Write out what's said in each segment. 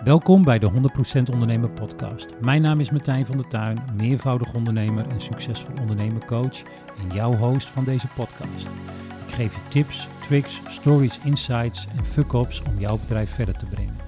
Welkom bij de 100% Ondernemer podcast. Mijn naam is Martijn van der Tuin, meervoudig ondernemer en succesvol ondernemercoach en jouw host van deze podcast. Ik geef je tips, tricks, stories, insights en fuck-ups om jouw bedrijf verder te brengen.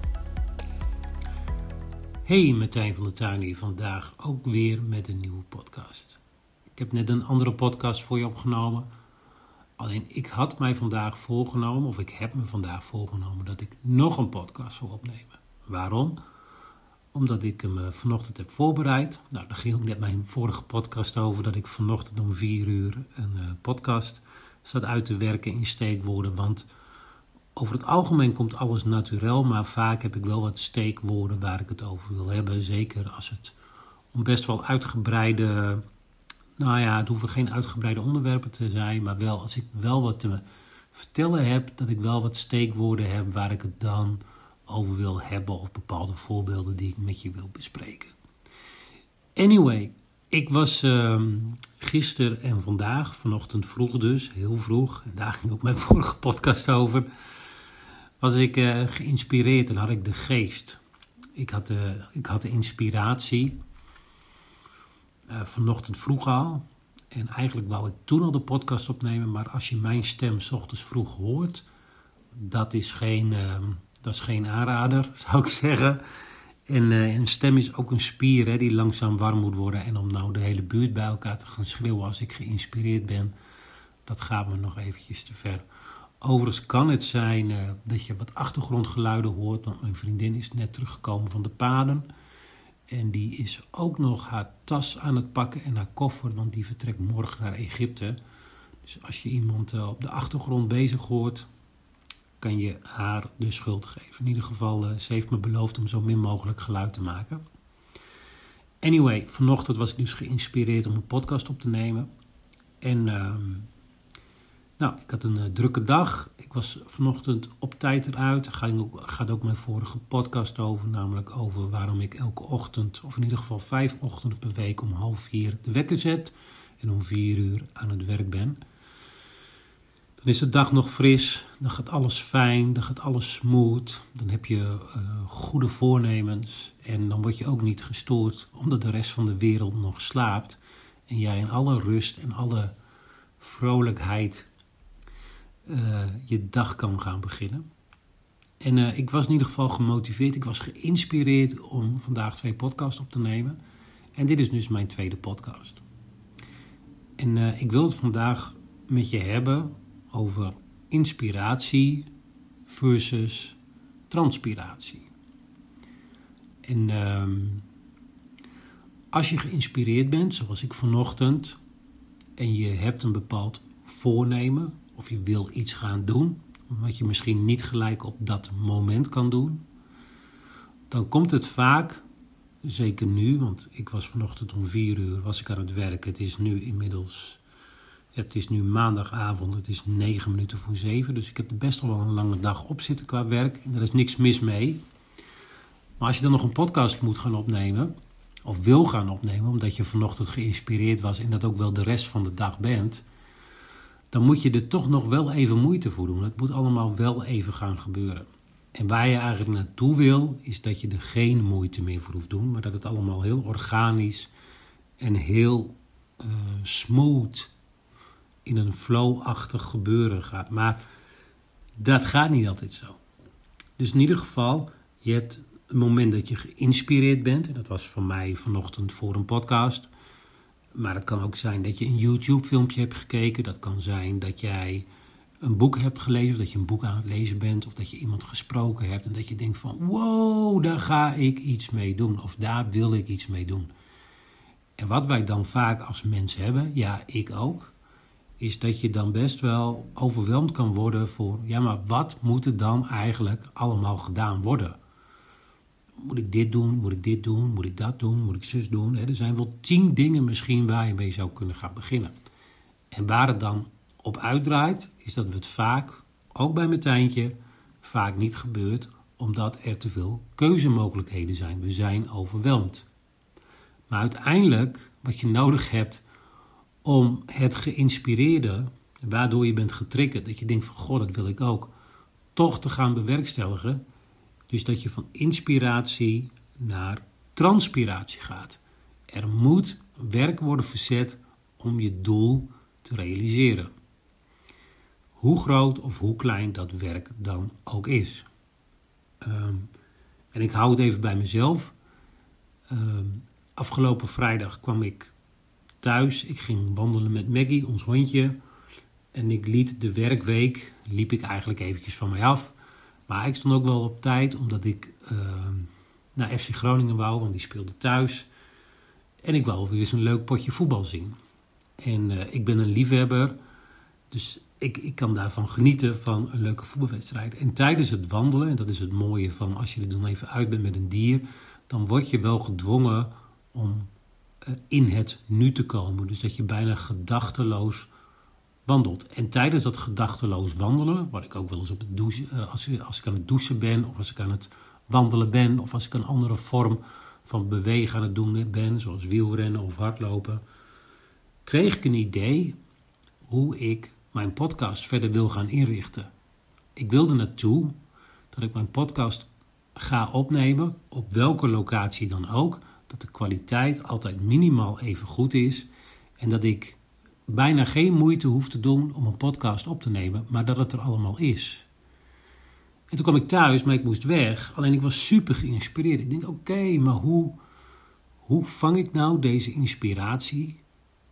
Hey, Martijn van der Tuin hier, vandaag ook weer met een nieuwe podcast. Ik heb net een andere podcast voor je opgenomen. Alleen ik had mij vandaag voorgenomen, of ik heb me vandaag voorgenomen dat ik nog een podcast zou opnemen. Waarom? Omdat ik hem vanochtend heb voorbereid. Nou, daar ging ook net mijn vorige podcast over, dat ik vanochtend om 4 uur een podcast zat uit te werken in steekwoorden. Want over het algemeen komt alles naturel, maar vaak heb ik wel wat steekwoorden waar ik het over wil hebben. Zeker als het om best wel uitgebreide, het hoeven geen uitgebreide onderwerpen te zijn, maar wel als ik wel wat te vertellen heb, dat ik wel wat steekwoorden heb waar ik het dan over wil hebben of bepaalde voorbeelden die ik met je wil bespreken. Anyway, ik was gisteren en vandaag, vanochtend vroeg dus, heel vroeg, en daar ging ook mijn vorige podcast over, was ik geïnspireerd en had ik de geest. Ik had de inspiratie vanochtend vroeg al. En eigenlijk wou ik toen al de podcast opnemen, maar als je mijn stem 's ochtends vroeg hoort, dat is geen aanrader, zou ik zeggen. En een stem is ook een spier die langzaam warm moet worden. En om nou de hele buurt bij elkaar te gaan schreeuwen als ik geïnspireerd ben, dat gaat me nog eventjes te ver. Overigens kan het zijn dat je wat achtergrondgeluiden hoort, want mijn vriendin is net teruggekomen van de paden. En die is ook nog haar tas aan het pakken en haar koffer, want die vertrekt morgen naar Egypte. Dus als je iemand op de achtergrond bezig hoort, kan je haar de schuld geven. In ieder geval, ze heeft me beloofd om zo min mogelijk geluid te maken. Anyway, vanochtend was ik dus geïnspireerd om een podcast op te nemen. En ik had een drukke dag. Ik was vanochtend op tijd eruit. Gaat ook mijn vorige podcast over, namelijk over waarom ik elke ochtend, of in ieder geval 5 ochtenden per week om 3:30 de wekker zet en om 4 uur aan het werk ben. Dan is de dag nog fris, dan gaat alles fijn, dan gaat alles smooth. Dan heb je goede voornemens en dan word je ook niet gestoord omdat de rest van de wereld nog slaapt. En jij in alle rust en alle vrolijkheid je dag kan gaan beginnen. En ik was in ieder geval gemotiveerd, ik was geïnspireerd om vandaag 2 podcasts op te nemen. En dit is dus mijn tweede podcast. En ik wil het vandaag met je hebben over inspiratie versus transpiratie. En als je geïnspireerd bent, zoals ik vanochtend, en je hebt een bepaald voornemen, of je wil iets gaan doen, wat je misschien niet gelijk op dat moment kan doen, dan komt het vaak, zeker nu, want ik was vanochtend om 4 uur was ik aan het werken. Het is nu inmiddels, het is nu maandagavond, het is 9 minuten voor 7, dus ik heb er best wel een lange dag op zitten qua werk en daar is niks mis mee. Maar als je dan nog een podcast moet gaan opnemen, of wil gaan opnemen, omdat je vanochtend geïnspireerd was en dat ook wel de rest van de dag bent, dan moet je er toch nog wel even moeite voor doen. Het moet allemaal wel even gaan gebeuren. En waar je eigenlijk naartoe wil, is dat je er geen moeite meer voor hoeft doen, maar dat het allemaal heel organisch en heel smooth in een flow-achtig gebeuren gaat. Maar dat gaat niet altijd zo. Dus in ieder geval, je hebt een moment dat je geïnspireerd bent. En dat was voor mij vanochtend voor een podcast. Maar het kan ook zijn dat je een YouTube-filmpje hebt gekeken. Dat kan zijn dat jij een boek hebt gelezen, of dat je een boek aan het lezen bent, of dat je iemand gesproken hebt en dat je denkt van, wow, daar ga ik iets mee doen, of daar wil ik iets mee doen. En wat wij dan vaak als mens hebben, ja, ik ook, is dat je dan best wel overweldigd kan worden voor, ja, maar wat moet er dan eigenlijk allemaal gedaan worden? Moet ik dit doen? Moet ik dit doen? Moet ik dat doen? Moet ik zus doen? Er zijn wel 10 dingen misschien waar je mee zou kunnen gaan beginnen. En waar het dan op uitdraait, is dat we het vaak, ook bij Martijntje, vaak niet gebeurt, omdat er te veel keuzemogelijkheden zijn. We zijn overweldigd. Maar uiteindelijk, wat je nodig hebt om het geïnspireerde, waardoor je bent getriggerd, dat je denkt van, goh, dat wil ik ook, toch te gaan bewerkstelligen, Dus dat je van inspiratie naar transpiratie gaat. Er moet werk worden verzet om je doel te realiseren. Hoe groot of hoe klein dat werk dan ook is. En ik hou het even bij mezelf. Afgelopen vrijdag kwam ik thuis. Ik ging wandelen met Maggie, ons hondje. En ik liet de werkweek, liep ik eigenlijk eventjes van mij af. Maar ik stond ook wel op tijd, omdat ik naar FC Groningen wou, want die speelde thuis. En ik wou weer eens een leuk potje voetbal zien. En ik ben een liefhebber, dus ik kan daarvan genieten van een leuke voetbalwedstrijd. En tijdens het wandelen, en dat is het mooie van als je er dan even uit bent met een dier, dan word je wel gedwongen om in het nu te komen. Dus dat je bijna gedachteloos wandelt. En tijdens dat gedachteloos wandelen, wat ik ook wel eens op het douchen, als ik aan het douchen ben, of als ik aan het wandelen ben, of als ik een andere vorm van bewegen aan het doen ben, zoals wielrennen of hardlopen, kreeg ik een idee hoe ik mijn podcast verder wil gaan inrichten. Ik wilde naartoe dat ik mijn podcast ga opnemen, op welke locatie dan ook, dat de kwaliteit altijd minimaal even goed is en dat ik bijna geen moeite hoef te doen om een podcast op te nemen, maar dat het er allemaal is. En toen kwam ik thuis, maar ik moest weg. Alleen ik was super geïnspireerd. Ik denk, oké, maar hoe vang ik nou deze inspiratie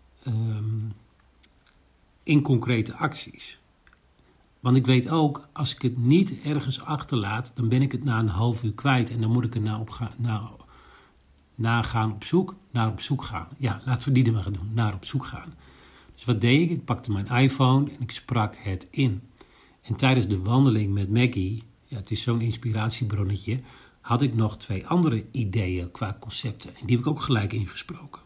in concrete acties? Want ik weet ook, als ik het niet ergens achterlaat, dan ben ik het na een half uur kwijt. En dan moet ik er naar op zoek gaan. Ja, laten we die er maar gaan doen, naar op zoek gaan. Dus wat deed ik? Ik pakte mijn iPhone en ik sprak het in. En tijdens de wandeling met Maggie, ja, het is zo'n inspiratiebronnetje, had ik nog 2 andere ideeën qua concepten. En die heb ik ook gelijk ingesproken.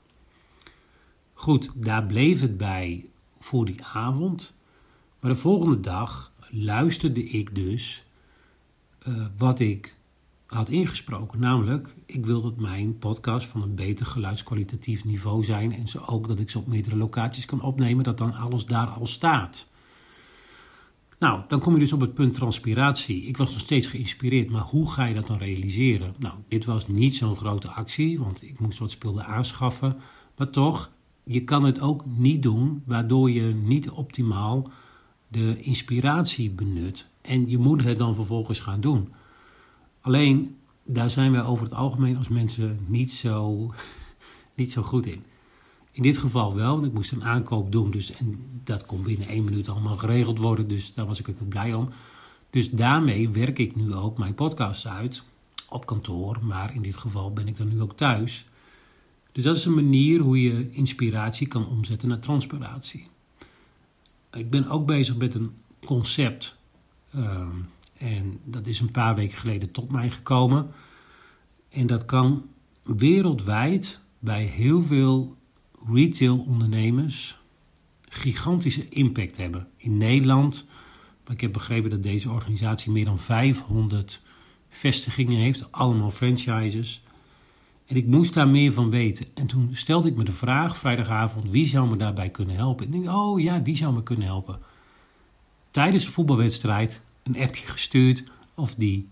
Goed, daar bleef het bij voor die avond. Maar de volgende dag luisterde ik dus wat ik had ingesproken. Namelijk, ik wil dat mijn podcast van een beter geluidskwalitatief niveau zijn. En zo ook dat ik ze op meerdere locaties kan opnemen, dat dan alles daar al staat. Nou, dan kom je dus op het punt transpiratie. Ik was nog steeds geïnspireerd, maar hoe ga je dat dan realiseren? Nou, dit was niet zo'n grote actie, want ik moest wat spullen aanschaffen. Maar toch, je kan het ook niet doen, waardoor je niet optimaal de inspiratie benut. En je moet het dan vervolgens gaan doen. Alleen, daar zijn wij over het algemeen als mensen niet zo goed in. In dit geval wel, want ik moest een aankoop doen. Dus, en dat kon binnen 1 minuut allemaal geregeld worden. Dus daar was ik ook blij om. Dus daarmee werk ik nu ook mijn podcast uit. Op kantoor, maar in dit geval ben ik dan nu ook thuis. Dus dat is een manier hoe je inspiratie kan omzetten naar transpiratie. Ik ben ook bezig met een concept. En dat is een paar weken geleden tot mij gekomen. En dat kan wereldwijd bij heel veel retailondernemers gigantische impact hebben. In Nederland, maar ik heb begrepen dat deze organisatie meer dan 500 vestigingen heeft, allemaal franchises. En ik moest daar meer van weten. En toen stelde ik me de vraag, vrijdagavond, wie zou me daarbij kunnen helpen? Ik denk, oh ja, die zou me kunnen helpen. Tijdens een voetbalwedstrijd een appje gestuurd of die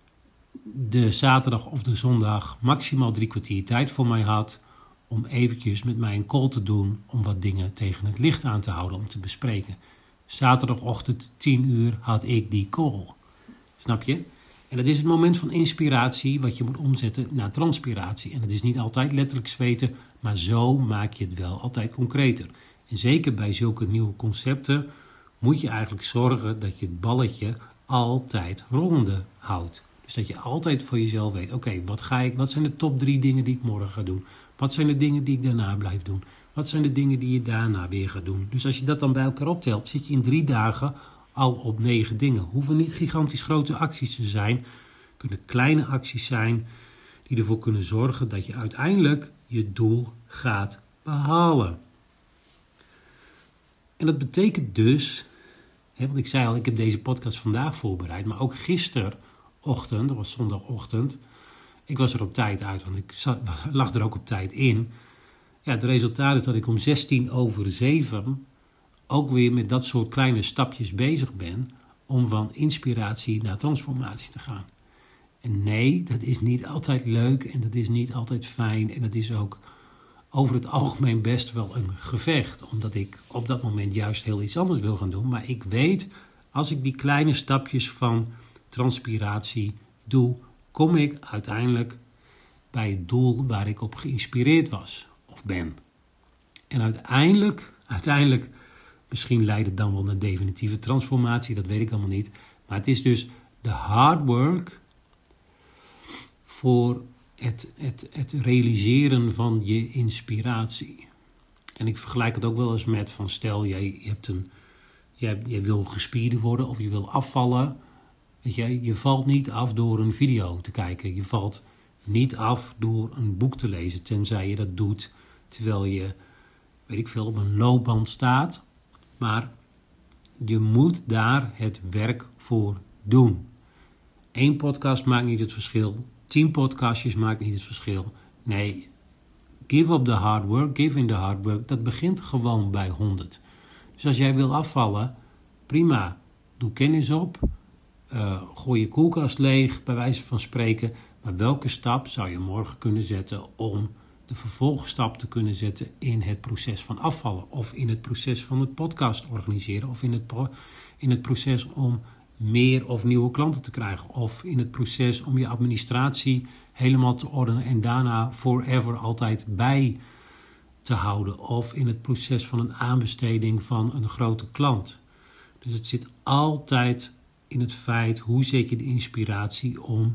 de zaterdag of de zondag maximaal 3 kwartier tijd voor mij had om eventjes met mij een call te doen om wat dingen tegen het licht aan te houden om te bespreken. Zaterdagochtend 10 uur had ik die call. Snap je? En dat is het moment van inspiratie wat je moet omzetten naar transpiratie. En dat is niet altijd letterlijk zweten, maar zo maak je het wel altijd concreter. En zeker bij zulke nieuwe concepten moet je eigenlijk zorgen dat je het balletje altijd rollende houdt. Dus dat je altijd voor jezelf weet, oké, wat zijn de top 3 dingen die ik morgen ga doen? Wat zijn de dingen die ik daarna blijf doen? Wat zijn de dingen die je daarna weer gaat doen? Dus als je dat dan bij elkaar optelt, zit je in 3 dagen al op 9 dingen. Hoeven niet gigantisch grote acties te zijn. Kunnen kleine acties zijn die ervoor kunnen zorgen dat je uiteindelijk je doel gaat behalen. En dat betekent dus, want ik zei al, ik heb deze podcast vandaag voorbereid, maar ook gisterochtend, dat was zondagochtend, ik was er op tijd uit, want ik lag er ook op tijd in. Ja, het resultaat is dat ik om 7:16 ook weer met dat soort kleine stapjes bezig ben om van inspiratie naar transformatie te gaan. En nee, dat is niet altijd leuk en dat is niet altijd fijn. En dat is ook over het algemeen best wel een gevecht. Omdat ik op dat moment juist heel iets anders wil gaan doen. Maar ik weet, als ik die kleine stapjes van transpiratie doe, kom ik uiteindelijk bij het doel waar ik op geïnspireerd was of ben. En uiteindelijk, misschien leidt het dan wel naar definitieve transformatie, dat weet ik allemaal niet. Maar het is dus de hard work voor het realiseren van je inspiratie. En ik vergelijk het ook wel eens met van stel, jij wil gespierder worden of je wil afvallen. Weet je valt niet af door een video te kijken. Je valt niet af door een boek te lezen, tenzij je dat doet terwijl je, weet ik veel, op een loopband staat. Maar je moet daar het werk voor doen. 1 podcast maakt niet het verschil. 10 podcastjes maakt niet het verschil. Nee, give up the hard work, give in the hard work. Dat begint gewoon bij 100. Dus als jij wil afvallen, prima. Doe kennis op. Gooi je koelkast leeg, bij wijze van spreken. Maar welke stap zou je morgen kunnen zetten om de vervolgstap te kunnen zetten in het proces van afvallen? Of in het proces van het podcast organiseren? Of in het proces om meer of nieuwe klanten te krijgen? Of in het proces om je administratie helemaal te ordenen en daarna forever altijd bij te houden? Of in het proces van een aanbesteding van een grote klant? Dus het zit altijd in het feit, hoe zet je de inspiratie om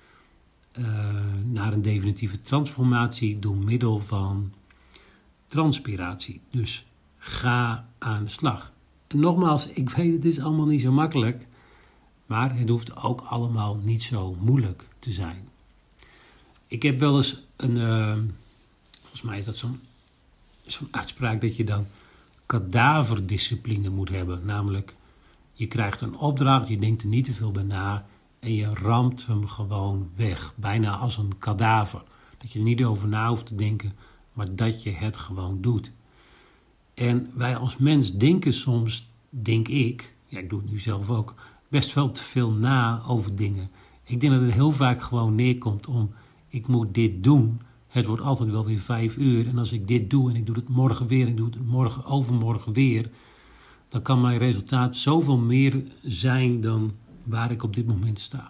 naar een definitieve transformatie door middel van transpiratie. Dus ga aan de slag. En nogmaals, ik weet het is allemaal niet zo makkelijk, maar het hoeft ook allemaal niet zo moeilijk te zijn. Ik heb wel eens volgens mij is dat zo'n uitspraak dat je dan kadaverdiscipline moet hebben. Namelijk, je krijgt een opdracht, je denkt er niet te veel bij na en je ramt hem gewoon weg. Bijna als een kadaver. Dat je er niet over na hoeft te denken, maar dat je het gewoon doet. En wij als mens denken soms, denk ik doe het nu zelf ook, best wel te veel na over dingen. Ik denk dat het heel vaak gewoon neerkomt om, ik moet dit doen. Het wordt altijd wel weer 5 uur. En als ik dit doe en ik doe het morgen weer en ik doe het morgen overmorgen weer, dan kan mijn resultaat zoveel meer zijn dan waar ik op dit moment sta.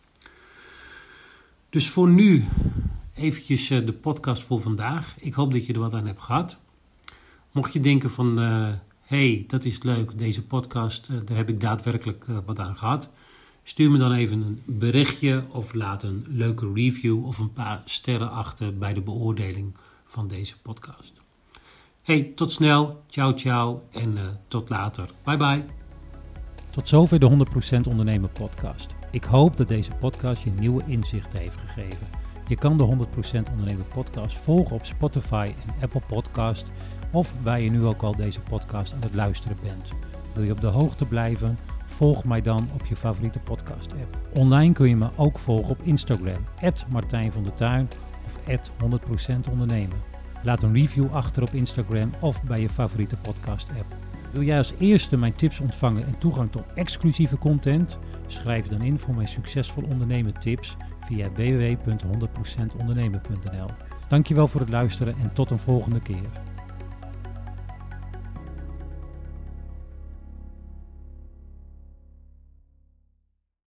Dus voor nu eventjes de podcast voor vandaag. Ik hoop dat je er wat aan hebt gehad. Mocht je denken van, hey, dat is leuk, deze podcast, daar heb ik daadwerkelijk wat aan gehad. Stuur me dan even een berichtje of laat een leuke review of een paar sterren achter bij de beoordeling van deze podcast. Hey, tot snel, ciao en tot later. Bye bye. Tot zover de 100% Ondernemen podcast. Ik hoop dat deze podcast je nieuwe inzichten heeft gegeven. Je kan de 100% Ondernemen podcast volgen op Spotify en Apple Podcast of waar je nu ook al deze podcast aan het luisteren bent. Wil je op de hoogte blijven? Volg mij dan op je favoriete podcast app. Online kun je me ook volgen op Instagram, @MartijnVanDeTuin of @100% Ondernemen. Laat een review achter op Instagram of bij je favoriete podcast app. Wil jij als eerste mijn tips ontvangen en toegang tot exclusieve content? Schrijf dan in voor mijn succesvol ondernemen tips via www.100%ondernemen.nl. Dankjewel voor het luisteren en tot een volgende keer.